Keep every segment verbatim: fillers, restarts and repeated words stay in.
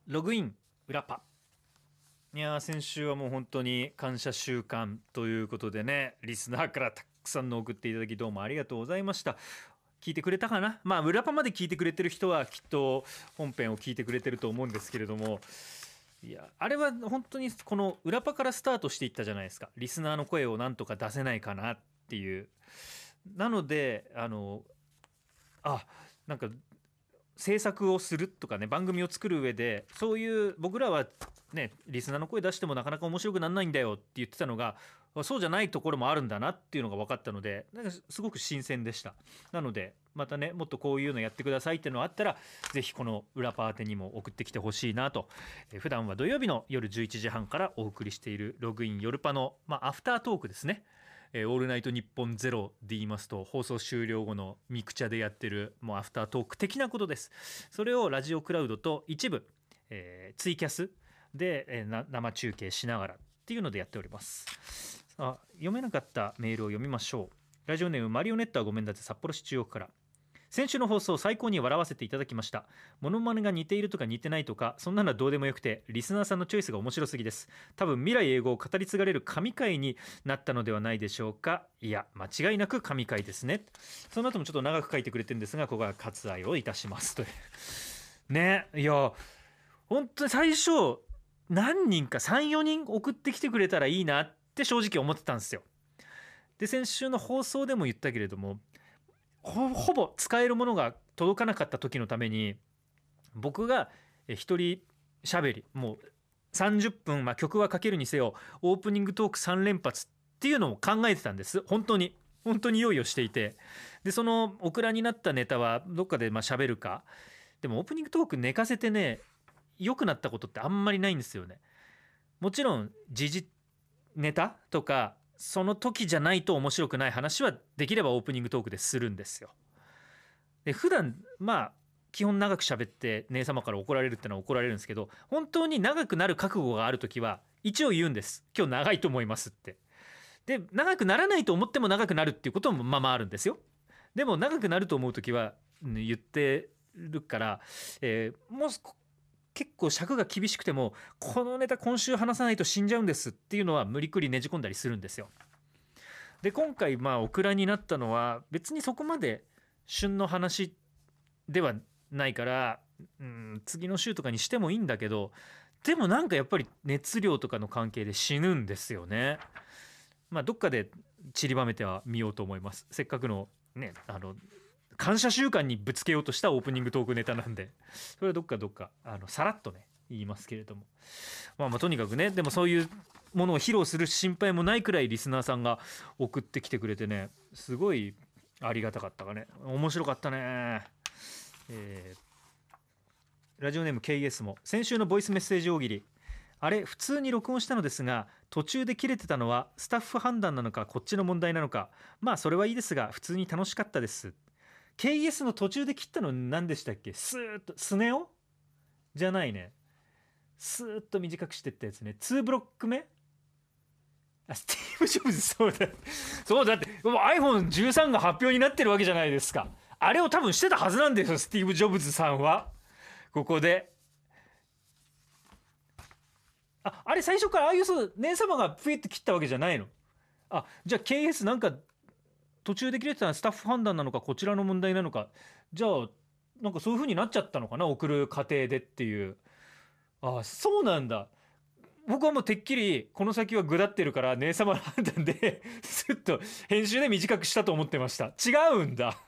ログイン裏パ。いやー先週はもう本当に感謝週間ということでね、リスナーからたくさんの送っていただきどうもありがとうございました。聞いてくれたかな。まあ裏パまで聞いてくれてる人はきっと本編を聞いてくれてると思うんですけれども、いやあれは本当にこの裏パからスタートしていったじゃないですか。リスナーの声をなんとか出せないかなっていう。なのであのあなんか制作をするとかね、番組を作る上でそういう僕らはねリスナーの声出してもなかなか面白くならないんだよって言ってたのが、そうじゃないところもあるんだなっていうのが分かったので、なんかすごく新鮮でした。なのでまたねもっとこういうのやってくださいっていうのがあったら、ぜひこの裏パーテにも送ってきてほしいなと。え普段は土曜日の夜じゅういちじはんからお送りしているログイン夜パの、まあ、アフタートークですね。えーオールナイトニッポンゼロで言いますと、放送終了後のミクチャでやってるもうアフタートーク的なことです。それをラジオクラウドと一部、えーツイキャスで、えーな生中継しながらっていうのでやっております。あ、読めなかったメールを読みましょう。ラジオネームマリオネットはごめんだぜ、札幌市中央区から。先週の放送最高に笑わせていただきました。モノマネが似ているとか似てないとかそんなのはどうでもよくて、リスナーさんのチョイスが面白すぎです。多分未来永劫語り継がれる神回になったのではないでしょうか。いや間違いなく神回ですね。その後もちょっと長く書いてくれてるんですが、ここは割愛をいたしますというね。いや本当に最初何人かさんよにん送ってきてくれたらいいなって正直思ってたんですよ。で先週の放送でも言ったけれども、ほほぼ使えるものが届かなかった時のために、僕が一人喋りもうさんじゅっぷん、まあ、曲はかけるにせよオープニングトークさん連発っていうのを考えてたんです。本当に本当に用意をしていて、でそのオクラになったネタはどっかでまあ喋るか。でもオープニングトーク寝かせてね良くなったことってあんまりないんですよね。もちろん時事ネタとかその時じゃないと面白くない話はできればオープニングトークでするんですよ。で普段まあ基本長く喋って姉様から怒られるってのは怒られるんですけど、本当に長くなる覚悟がある時は一応言うんです。今日長いと思いますって。で長くならないと思っても長くなるっていうこともまあまああるんですよ。でも長くなると思う時は、うん言ってるから、えーもう結構尺が厳しくてもこのネタ今週話さないと死んじゃうんですっていうのは無理くりねじ込んだりするんですよ。で今回まあオクラになったのは別にそこまで旬の話ではないから、うん、次の週とかにしてもいいんだけど、でもなんかやっぱり熱量とかの関係で死ぬんですよね。まあどっかで散りばめてはみようと思います。せっかくのねあの感謝週間にぶつけようとしたオープニングトークネタなんで、それはどっかどっかあのさらっとね言いますけれども、まあまあとにかくね、でもそういうものを披露する心配もないくらいリスナーさんが送ってきてくれてね、すごいありがたかったかね。面白かったね。えーラジオネーム ケーエス も先週のボイスメッセージ大喜利、あれ普通に録音したのですが途中で切れてたのはスタッフ判断なのかこっちの問題なのか、まあそれはいいですが普通に楽しかったです。 ケーエス の途中で切ったの何でしたっけ。スーッとスネ夫じゃないね、スーッと短くしてったやつね。にブロック目、あスティーブ・ジョブズ、そうだそうだってもう アイフォンじゅうさん が発表になってるわけじゃないですか。あれを多分してたはずなんですよスティーブ・ジョブズさんは。ここでああれ最初からああいうそう姉様がピュって切ったわけじゃないの。あじゃあ ケーエス なんか途中で切れてたのはスタッフ判断なのかこちらの問題なのか、じゃあなんかそういう風になっちゃったのかな送る過程でっていう。あそうなんだ。僕はもうてっきりこの先は下ってるから姉様の判断でスッと編集で短くしたと思ってました。違うんだ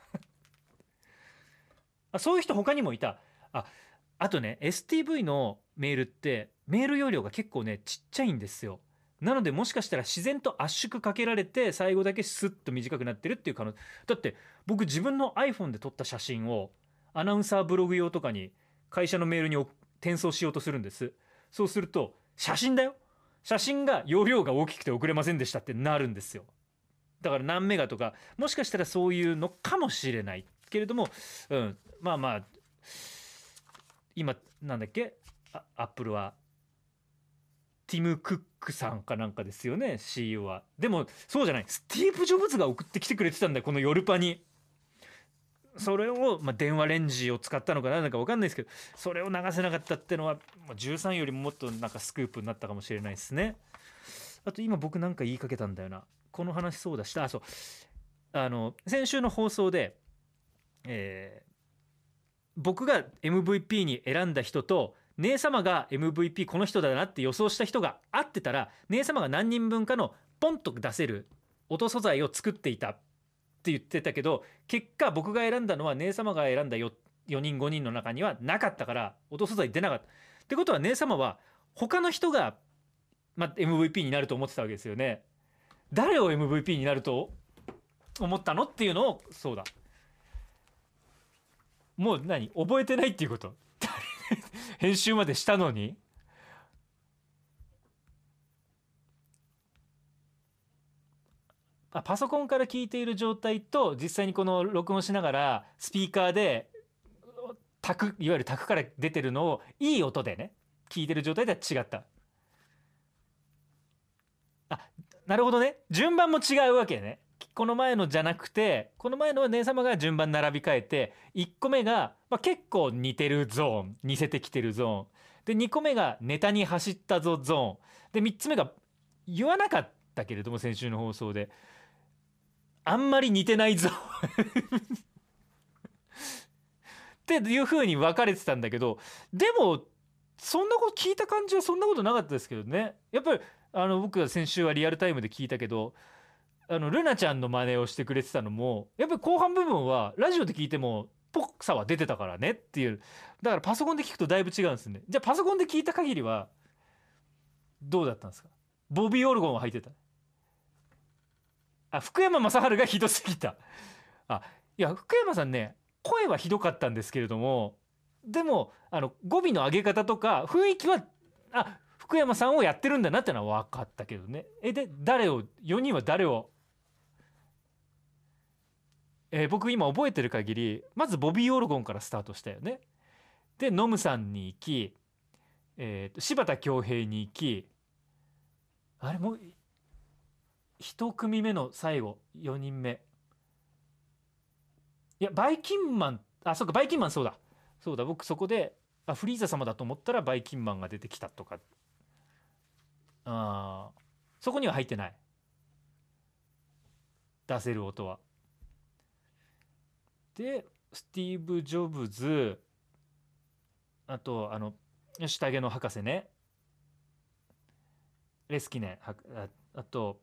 あそういう人他にもいた。ああとね エスティーブイ のメールってメール容量が結構ねちっちゃいんですよ。なのでもしかしたら自然と圧縮かけられて最後だけスッと短くなってるっていう可能。だって僕自分の iPhone で撮った写真をアナウンサーブログ用とかに会社のメールに転送しようとするんです。そうすると写真だよ、写真が容量が大きくて送れませんでしたってなるんですよ。だから何メガとかもしかしたらそういうのかもしれないけれども、うん、まあまあ今なんだっけアップルはティム・クックさんかなんかですよね シーイーオー は。でもそうじゃない、スティーブ・ジョブズが送ってきてくれてたんだよこのヨルパに。 それを、まあ、電話レンジを使ったのかななんか分かんないですけど、それを流せなかったってのはじゅうさんよりももっとなんかスクープになったかもしれないですね。あと今僕なんか言いかけたんだよな、この話。そうだした、あそうあの先週の放送で、えー僕が エムブイピー に選んだ人と姉様が エムブイピー この人だなって予想した人が合ってたら、姉様が何人分かのポンと出せる音素材を作っていたって言ってたけど、結果僕が選んだのは姉様が選んだ よ, よにんごにんの中にはなかったから音素材出なかったってことは、姉様は他の人が、まあ、エムブイピー になると思ってたわけですよね。誰を エムブイピー になると思ったのっていうのを、そうだ、もう何覚えてないっていうこと編集までしたのに。あ、パソコンから聞いている状態と実際にこの録音しながらスピーカーで卓、いわゆる卓から出てるのをいい音でね聞いてる状態では違った。あ、なるほどね、順番も違うわけね。この前のじゃなくて、この前のは姉様が順番並び替えて、いっこめが、まあ、結構似てるゾーン、似せてきてるゾーンで、にこめがネタに走ったぞゾーンで、みっつめが言わなかったけれども先週の放送であんまり似てないゾーンっていう風に分かれてたんだけど、でもそんなこと聞いた感じはそんなことなかったですけどね。やっぱりあの僕は先週はリアルタイムで聞いたけど、あのルナちゃんの真似をしてくれてたのもやっぱり後半部分はラジオで聞いてもぽさは出てたからねっていう。だからパソコンで聞くとだいぶ違うんですね。じゃあパソコンで聞いた限りはどうだったんですか？ボビー・オルゴンは入ってた。あ、福山雅治がひどすぎた。あ、いや福山さんね、声はひどかったんですけれども、でもあの語尾の上げ方とか雰囲気は、あ、福山さんをやってるんだなってのは分かったけどね。えで誰を、よにんは誰を、えー僕今覚えてる限りまずボビー・オルゴンからスタートしたよね。でノムさんに行き、えーと柴田恭平に行き、あれもう一組目の最後よにんめ、いやバイキンマン、あ、そうかバイキンマン、そうだそうだ、僕そこであフリーザ様だと思ったらバイキンマンが出てきたとか、あそこには入ってない、出せる音は。でスティーブ・ジョブズ、あとあの下着の博士ね、レスキネ、あ, あと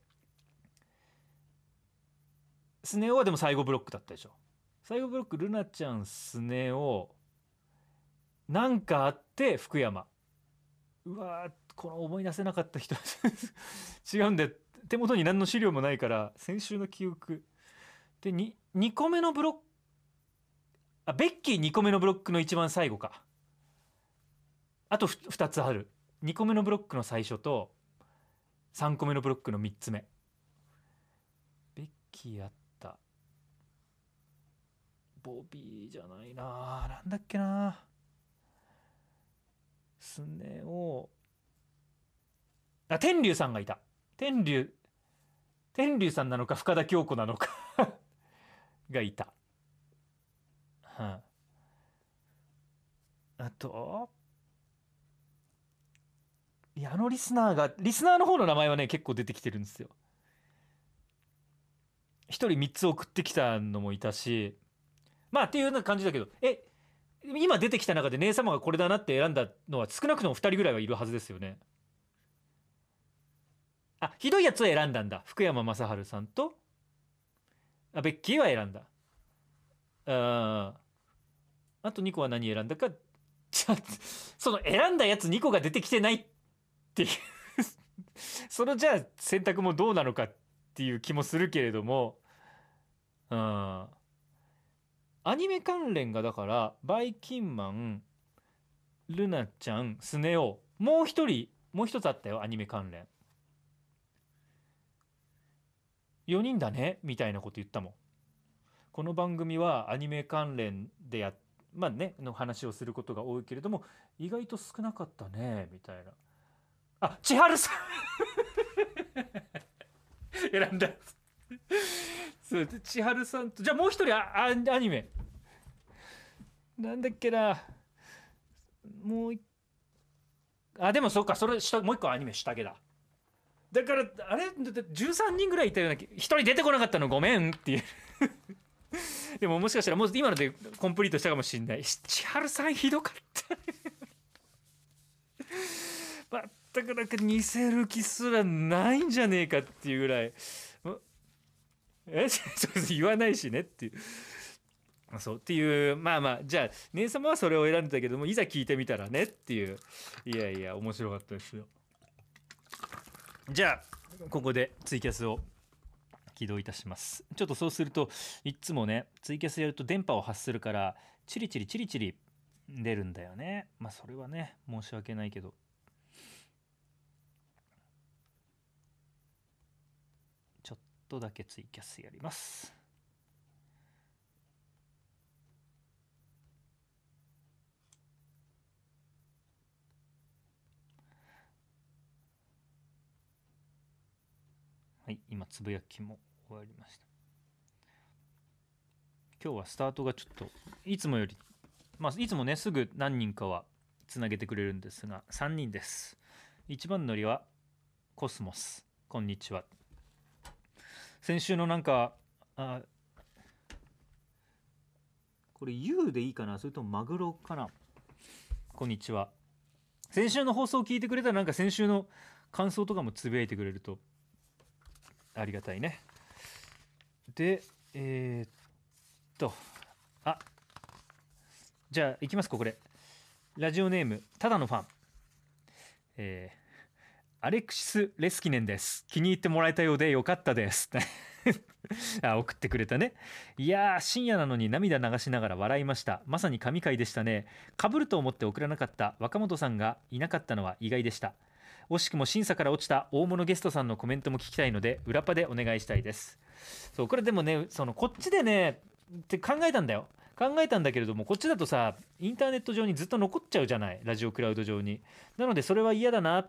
スネ夫はでも最後ブロックだったでしょ。最後ブロックルナちゃん、スネ夫、なんかあって福山、うわー、この思い出せなかった人違うんで手元に何の資料もないから先週の記憶で 2, 2個目のブロック、あベッキーにこめのブロックの一番最後か。あとふたつある。にこめのブロックの最初とさんこめのブロックのみっつめ。ベッキーあった。ボビーじゃないな、なんだっけな、スネ夫、あ、天竜さんがいた。天竜天竜さんなのか深田恭子なのかがいた。はあ、あといや、あのリスナーがリスナーの方の名前はね結構出てきてるんですよ。一人みっつ送ってきたのもいたし、まあっていうような感じだけど、え今出てきた中で姉様がこれだなって選んだのは少なくともふたりぐらいはいるはずですよね。あ、ひどいやつは選んだんだ。福山雅治さんと、あ、ベッキーは選んだ。ああとにこは何選んだかその選んだやつにこが出てきてないっていうそのじゃあ選択もどうなのかっていう気もするけれども、うん、アニメ関連がだからバイキンマン、ルナちゃん、スネ夫、もう一人もう一つあったよ、アニメ関連。よにんだねみたいなこと言ったもん。この番組はアニメ関連でやまあねの話をすることが多いけれども意外と少なかったねみたいな。あ、千春さん選んだそう千春さんと、じゃあもう一人、あアニメなんだっけな、もういあでもそうか、それ下もう一個アニメ下着だ。だからあれだってじゅうさんにんぐらいいたようなひとり出てこなかったのごめんっていうでももしかしたらもう今のでコンプリートしたかもしんない。千春さんひどかった全くなんか似せる気すらないんじゃねえかっていうぐらい、えそう言わないしねっていう、そうっていう、まあまあじゃあ姉様はそれを選んでたけども、いざ聞いてみたらねっていう、いやいや面白かったですよ。じゃあここでツイキャスを起動いたします。ちょっとそうするといつもねツイキャスやると電波を発するからチリチリチリチリ出るんだよね。まあそれはね申し訳ないけど、ちょっとだけツイキャスやります。はい、今つぶやきも終わりました。今日はスタートがちょっといつもより、まあいつもねすぐ何人かはつなげてくれるんですがさんにんです。一番乗りはコスモス、こんにちは。先週のなんかあこれ ユー でいいかな、それともマグロかな。こんにちは。先週の放送を聞いてくれたらなんか先週の感想とかもつぶやいてくれるとありがたいね。でえー、っとあじゃあいきますか。これラジオネームただのファン、えー、アレクシス・レスキネンです。気に入ってもらえたようでよかったですあ送ってくれたね。いやー深夜なのに涙流しながら笑いました。まさに神回でしたね。かぶると思って送らなかった若本さんがいなかったのは意外でした。惜しくも審査から落ちた大物ゲストさんのコメントも聞きたいので裏パでお願いしたいです。そうこれでもねそのこっちでねって考えたんだよ。考えたんだけれどもこっちだとさインターネット上にずっと残っちゃうじゃない、ラジオクラウド上に。なのでそれは嫌だなって、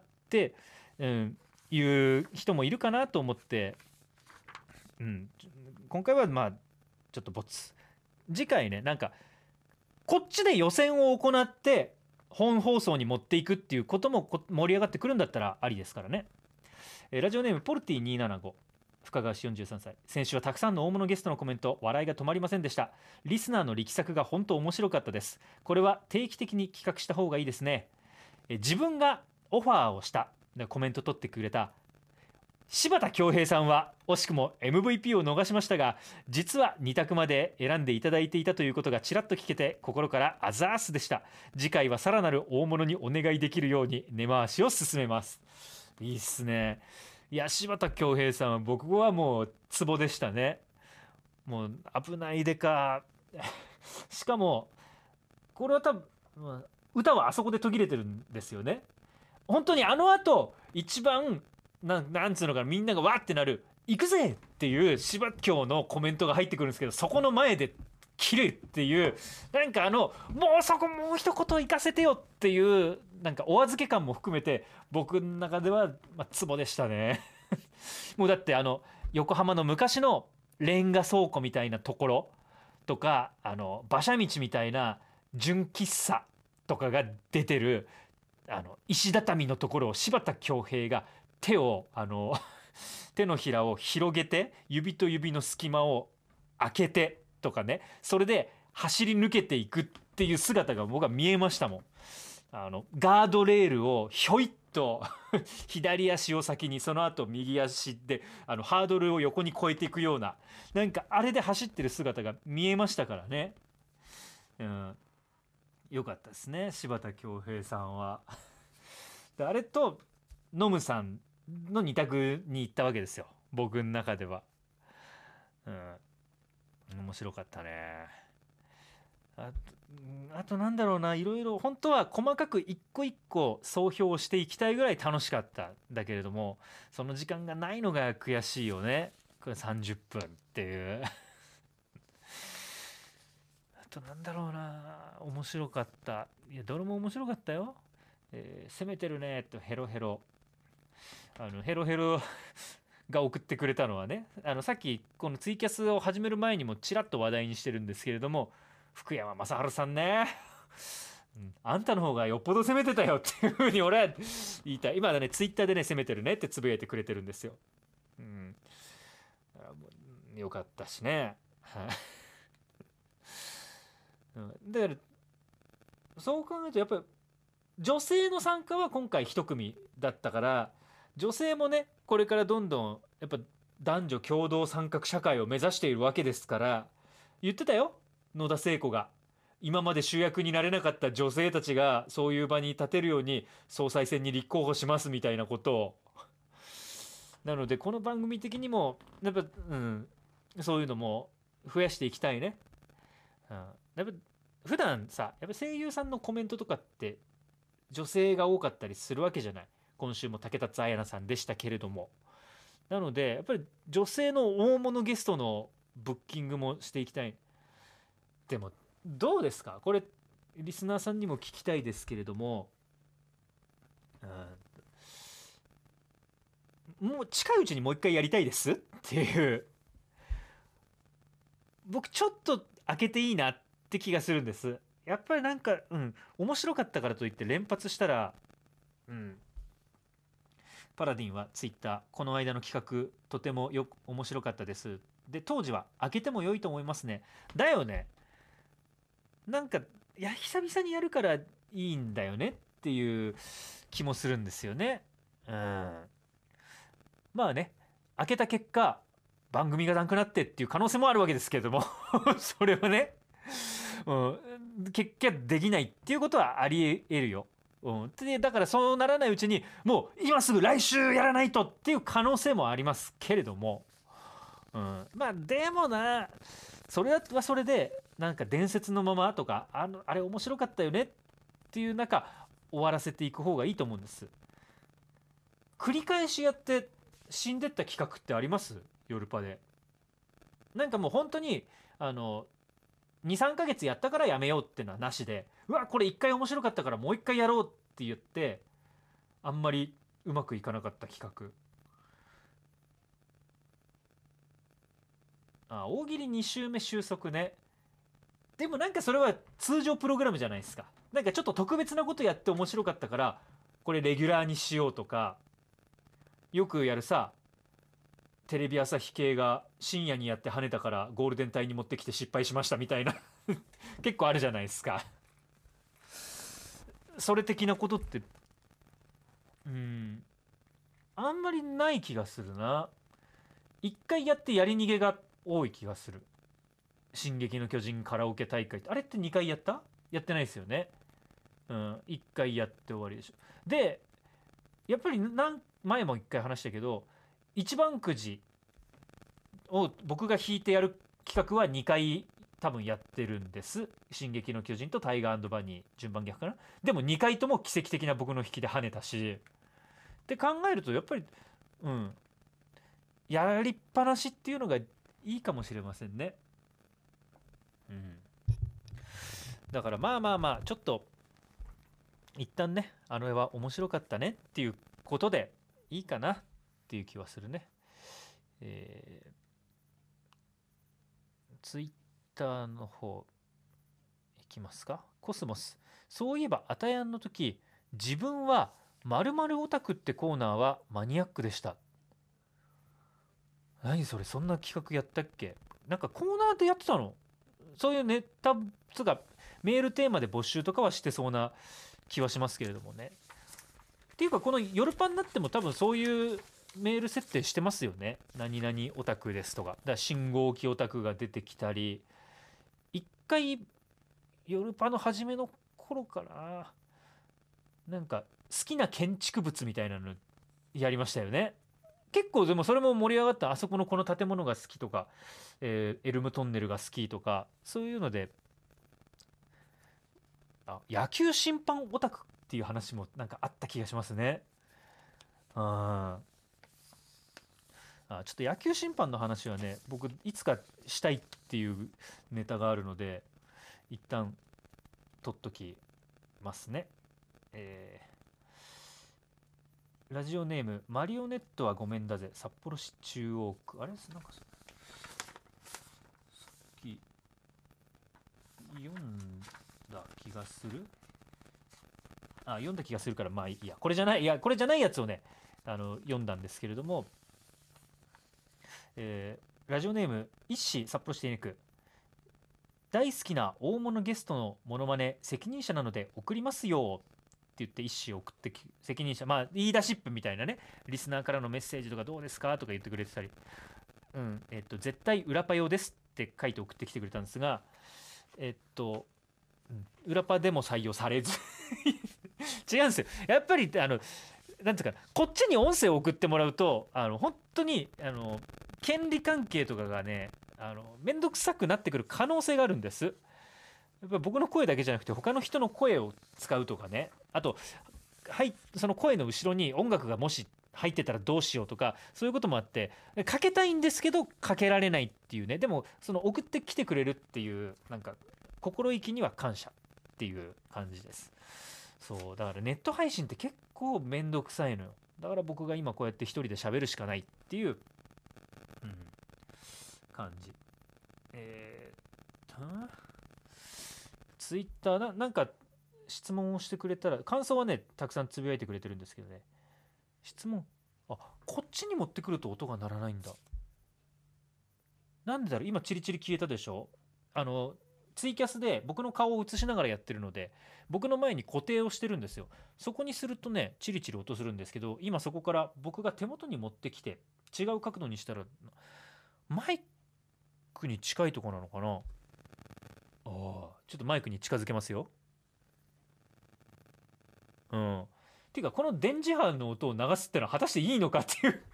うん、いう人もいるかなと思って、うん、今回はまあちょっとボツ。次回ねなんかこっちで予選を行って本放送に持っていくっていうことも盛り上がってくるんだったらありですからね。えーラジオネームポルティにひゃくななじゅうご、深川市よんじゅうさんさい。先週はたくさんの大物ゲストのコメント笑いが止まりませんでした。リスナーの力作が本当面白かったです。これは定期的に企画した方がいいですね。えー自分がオファーをしたコメント取ってくれた柴田恭平さんは惜しくも エムブイピー を逃しましたが、実はに択まで選んでいただいていたということがちらっと聞けて心からあざーすでした。次回はさらなる大物にお願いできるように根回しを進めます。いいっすね。いや柴田恭平さんは僕はもうツボでしたね。もう危ないでかしかもこれは多分、まあ歌はあそこで途切れてるんですよね。本当にあの後一番ななんつうのかな、みんながわーってなる行くぜっていう柴京のコメントが入ってくるんですけど、そこの前で切るっていう、なんかあのもうそこもう一言行かせてよっていうなんかお預け感も含めて僕の中では、まあ、ツボでしたねもうだってあの横浜の昔のレンガ倉庫みたいなところとか、あの馬車道みたいな純喫茶とかが出てるあの石畳のところを柴田恭平が手をあの手のひらを広げて指と指の隙間を開けてとかね、それで走り抜けていくっていう姿が僕は見えましたもん。あのガードレールをひょいっと左足を先にその後右足であのハードルを横に越えていくような、なんかあれで走ってる姿が見えましたからね。うん、よかったですね柴田恭平さんはであれとノムさんの二択に行ったわけですよ僕の中では。うん、面白かったね。あとあとなんだろうな、いろいろ本当は細かく一個一個総評していきたいぐらい楽しかったんだけれども、その時間がないのが悔しいよね。これさんじゅっぷんっていうあとなんだろうな、面白かった、いやどれも面白かったよ。えー攻めてるねとヘロヘロ、あのヘロヘロが送ってくれたのはね、あのさっきこのツイキャスを始める前にもちらっと話題にしてるんですけれども、 福山雅治さんね、うん、あんたの方がよっぽど攻めてたよっていうふうに俺は言いたい。今だねツイッターでね攻めてるねってつぶやいてくれてるんですよ。うん、よかったしね。うん、だからそう考えるとやっぱり女性の参加は今回一組だったから、女性もねこれからどんどんやっぱ男女共同参画社会を目指しているわけですから、言ってたよ野田聖子が。今まで主役になれなかった女性たちがそういう場に立てるように総裁選に立候補しますみたいなことを。なのでこの番組的にもやっぱ、うん、そういうのも増やしていきたいね。うん、やっぱ普段さやっぱ声優さんのコメントとかって女性が多かったりするわけじゃない。今週も竹達彩奈さんでしたけれども。なのでやっぱり女性の大物ゲストのブッキングもしていきたい。でもどうですかこれ、リスナーさんにも聞きたいですけれども、うん、もう近いうちにもう一回やりたいですっていう、僕ちょっと開けていいなって気がするんです。やっぱりなんか、うん、面白かったからといって連発したら、うん、パラディンはツイッターこの間の企画とてもよく面白かったですで、当時は開けても良いと思いますね。だよね、なんかいや久々にやるからいいんだよねっていう気もするんですよね。うん、まあね、開けた結果番組がなくなってっていう可能性もあるわけですけれどもそれはね、うん、結局できないっていうことはありえるよ。うん、でだからそうならないうちにもう今すぐ来週やらないとっていう可能性もありますけれども、うん、まあでもな、それはそれでなんか伝説のままとかあのあれ面白かったよねっていう中終わらせていく方がいいと思うんです。繰り返しやって死んでった企画ってあります？夜パで。なんかもう本当にあのにさんかげつやったからやめようってのはなしで、うわこれいっかい面白かったからもういっかいやろうって言ってあんまりうまくいかなかった企画。あ、大喜利に週目収束ね。でもなんかそれは通常プログラムじゃないですか。なんかちょっと特別なことやって面白かったからこれレギュラーにしようとか、よくやるさテレビ朝日系が深夜にやって跳ねたからゴールデン帯に持ってきて失敗しましたみたいな結構あるじゃないですか。それ的なことってうんあんまりない気がするな。一回やってやり逃げが多い気がする。進撃の巨人カラオケ大会ってあれってにかいやった？やってないですよね。うん、いっかいやって終わりでしょ。でやっぱり何前もいっかい話したけど一番くじを僕が引いてやる企画はにかい多分やってるんです。進撃の巨人とタイガーバニー順番逆かな。でもにかいとも奇跡的な僕の引きで跳ねたしって考えるとやっぱりうんやりっぱなしっていうのがいいかもしれませんね。うん、だからまあまあまあちょっと一旦ねあの絵は面白かったねっていうことでいいかなっていう気はするね。えー、ツイッターの方いきますか。コスモス、そういえばアタヤンの時自分は〇〇オタクってコーナーはマニアックでした。何それ、そんな企画やったっけ？なんかコーナーでやってたの？そういうネタつかメールテーマで募集とかはしてそうな気はしますけれどもね。っていうかこの夜パンになっても多分そういうメール設定してますよね。何々オタクですとか。だから信号機オタクが出てきたり、一回夜パンの初めの頃からなんか好きな建築物みたいなのやりましたよね。結構でもそれも盛り上がった。あそこのこの建物が好きとか、えーエルムトンネルが好きとかそういうので、あ、野球審判オタクっていう話もなんかあった気がしますね。ああ、ちょっと野球審判の話はね僕いつかしたいっていうネタがあるので一旦取っときますね。えーラジオネームマリオネットはごめんだぜ、札幌市中央区。あれなんかさっき読んだ気がする。あ、読んだ気がするから、まあいいや、これじゃない、いやこれじゃないやつをね、あの読んだんですけれども、えーラジオネーム一子札幌市手にく、大好きな大物ゲストのモノマネ責任者なので送りますよって言って一子を送ってき、責任者、まあ言い出しっぺみたいなね、リスナーからのメッセージとかどうですかとか言ってくれてたり、うんえっと絶対裏パヨですって書いて送ってきてくれたんですが、えっと、うん、裏パでも採用されず違うんですよ、やっぱりあのなんていうか、こっちに音声を送ってもらうと、あの本当にあの権利関係とかがね、あの面倒くさくなってくる可能性があるんです。やっぱり僕の声だけじゃなくて他の人の声を使うとかね、あと、はい、その声の後ろに音楽がもし入ってたらどうしようとか、そういうこともあって、かけたいんですけどかけられないっていうね。でもその送ってきてくれるっていうなんか心意気には感謝っていう感じです。そうだからネット配信って結構めんどくさいのよ。だから僕が今こうやって一人で喋るしかないっていう、うん、感じ。えー、ツイッターな、なんか質問をしてくれたら、感想はねたくさんつぶやいてくれてるんですけどね、質問、あ、こっちに持ってくると音が鳴らないんだ。なんでだろう。今チリチリ消えたでしょ。あのツイキャスで僕の顔を映しながらやってるので、僕の前に固定をしてるんですよ。そこにするとねチリチリ音するんですけど、今そこから僕が手元に持ってきて違う角度にしたらマイクに近いとこなのかな。ああ、ちょっとマイクに近づけますよ。うん。っていうかこの電磁波の音を流すってのは果たしていいのかっていう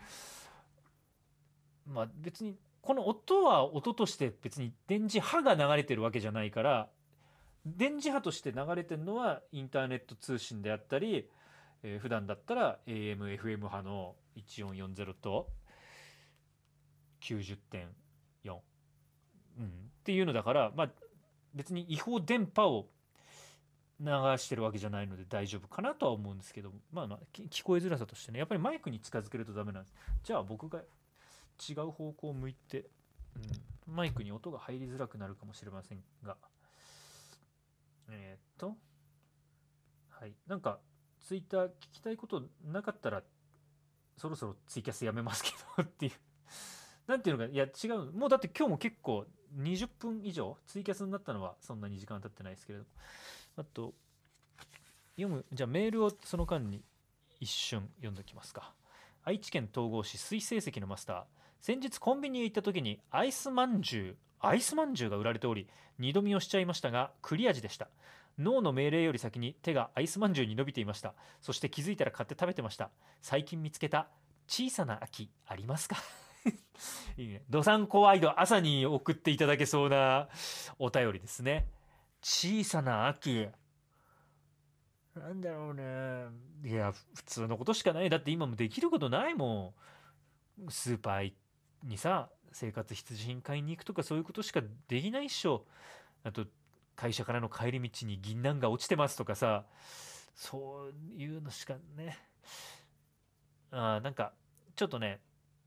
まあ別にこの音は音として別に電磁波が流れてるわけじゃないから、電磁波として流れてるのはインターネット通信であったり、えー普段だったら エーエム、エフエム 波のいちよんよんゼロと きゅうじゅってんよん、うん、っていうのだから、まあ別に違法電波を流してるわけじゃないので大丈夫かなとは思うんですけど、まあまあき聞こえづらさとしてね、やっぱりマイクに近づけるとダメなんです。じゃあ僕が違う方向を向いて、うん、マイクに音が入りづらくなるかもしれませんが、えー、っとはいなんかツイッター聞きたいことなかったらそろそろツイキャスやめますけどっていうなんていうのか、いや違う、もうだって今日も結構にじゅっぷん以上ツイキャスになったのはそんなに時間経ってないですけれども、あと読む、じゃあメールをその間に一瞬読んでおきますか。愛知県東郷市水成績のマスター、先日コンビニへ行った時にアイスまんじゅうアイスまんじゅうが売られており、二度見をしちゃいましたがクリア味でした。脳の命令より先に手がアイスまんじゅうに伸びていました。そして気づいたら買って食べてました。最近見つけた小さな秋ありますか？いいね。どさんこワイド朝に送っていただけそうなお便りですね。小さな秋、なんだろうね。いや普通のことしかない。だって今もできることないもん。スーパーにさ生活必需品買いに行くとかそういうことしかできないっしょ。あと会社からの帰り道に銀杏が落ちてますとかさ、そういうのしかね。あーなんかちょっとね、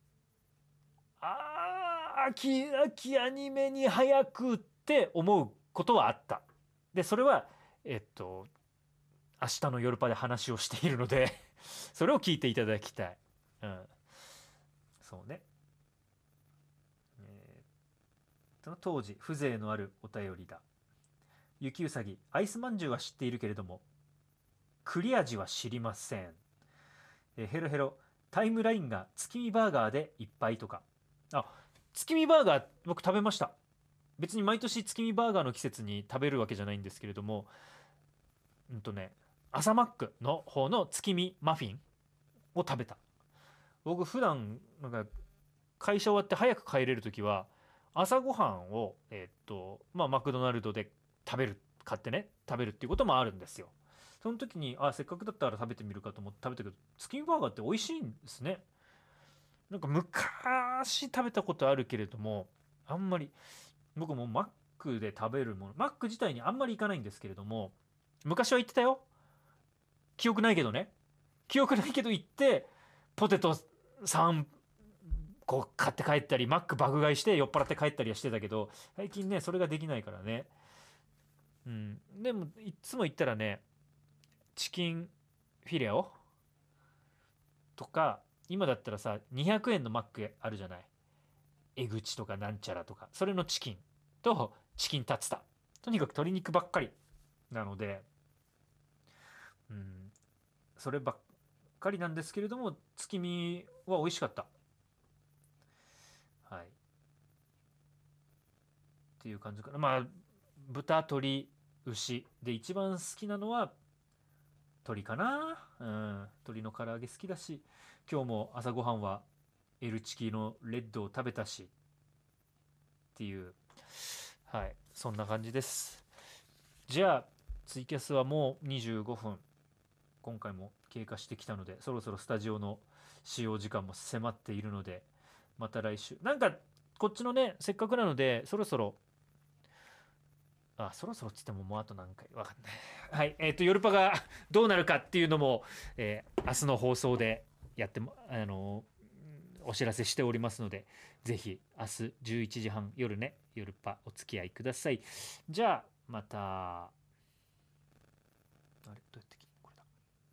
あー秋秋アニメに早くって思うことはあった。でそれはえっと明日の夜パで話をしているのでそれを聞いていただきたい。うん、そうね。えー、その当時風情のあるお便りだ。雪うさぎ、アイスまんじゅうは知っているけれどもクリア味は知りません。えーヘロヘロ、タイムラインが月見バーガーでいっぱいとか。あ、月見バーガー僕食べました。別に毎年月見バーガーの季節に食べるわけじゃないんですけれども、うんとね朝マックの方の月見マフィンを食べた。僕普段なんか会社終わって早く帰れる時は朝ごはんをえーっとまあマクドナルドで食べる、買ってね食べるっていうこともあるんですよ。その時にあせっかくだったら食べてみるかと思って食べたけど、月見バーガーって美味しいんですね。なんか昔食べたことあるけれども、あんまり僕もマックで食べるもの、マック自体にあんまり行かないんですけれども、昔は行ってたよ。記憶ないけどね。記憶ないけど行ってポテトさんこ買って帰ったりマック爆買いして酔っ払って帰ったりはしてたけど、最近ねそれができないからね。 うん、でもいっつも言ったらね、チキンフィレオとか、今だったらさにひゃくえんのマックあるじゃない、エグチとかなんちゃらとか、それのチキンとチキンタツタ、とにかく鶏肉ばっかりなので、うん、そればっかりなんですけれども、月見は美味しかった。はい。っていう感じかな。まあ豚鶏牛で一番好きなのは鶏かな。うん、鶏の唐揚げ好きだし、今日も朝ごはんはエルチキのレッドを食べたしっていう、はい、そんな感じです。じゃあツイキャスはもうにじゅうごふん今回も経過してきたので、そろそろスタジオの使用時間も迫っているので、また来週なんかこっちのね、せっかくなのでそろそろ、あ、そろそろっつってももうあと何回わかんない。はい、えっ、ー、とヨルパがどうなるかっていうのも、えー、明日の放送でやってもあのー、お知らせしておりますので、ぜひ明日じゅういちじはん夜ね、ヨルパお付き合いください。じゃあまた、あれどうやってこれだ。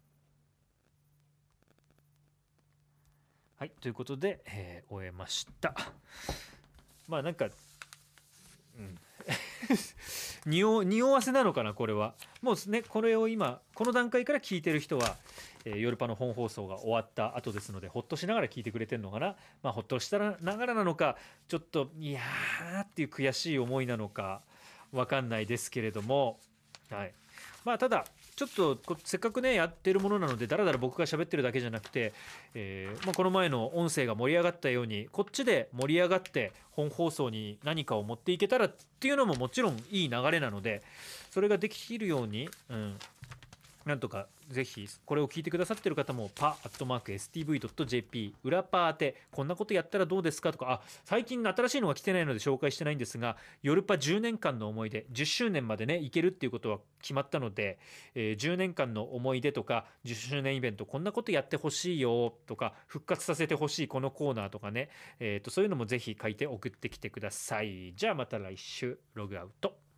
はい、ということで、えー、終えました。まあなんか、うん。匂匂わせなのかなこれは。もうね、これを今この段階から聞いてる人は、えー、ヨルパの本放送が終わった後ですので、ほっとしながら聞いてくれてるのかな。まあほっとしたながらなのか、ちょっといやーっていう悔しい思いなのかわかんないですけれども、はい、まあただちょっとせっかくねやってるものなので、だらだら僕が喋ってるだけじゃなくて、えーまあ、この前の音声が盛り上がったように、こっちで盛り上がって本放送に何かを持っていけたらっていうのももちろんいい流れなので、それができるように、うん、なんとかぜひこれを聞いてくださってる方もパアットマーク エスティーブイドットジェーピー 裏パーテこんなことやったらどうですかとか、あ、最近新しいのが来てないので紹介してないんですが、ヨルパじゅうねんかんの思い出、じゅっしゅうねんまでねいけるっていうことは決まったので、えー、じゅうねんかんの思い出とかじゅっしゅうねんイベントこんなことやってほしいよとか、復活させてほしいこのコーナーとかね、えー、とそういうのもぜひ書いて送ってきてください。じゃあまた来週。ログアウト。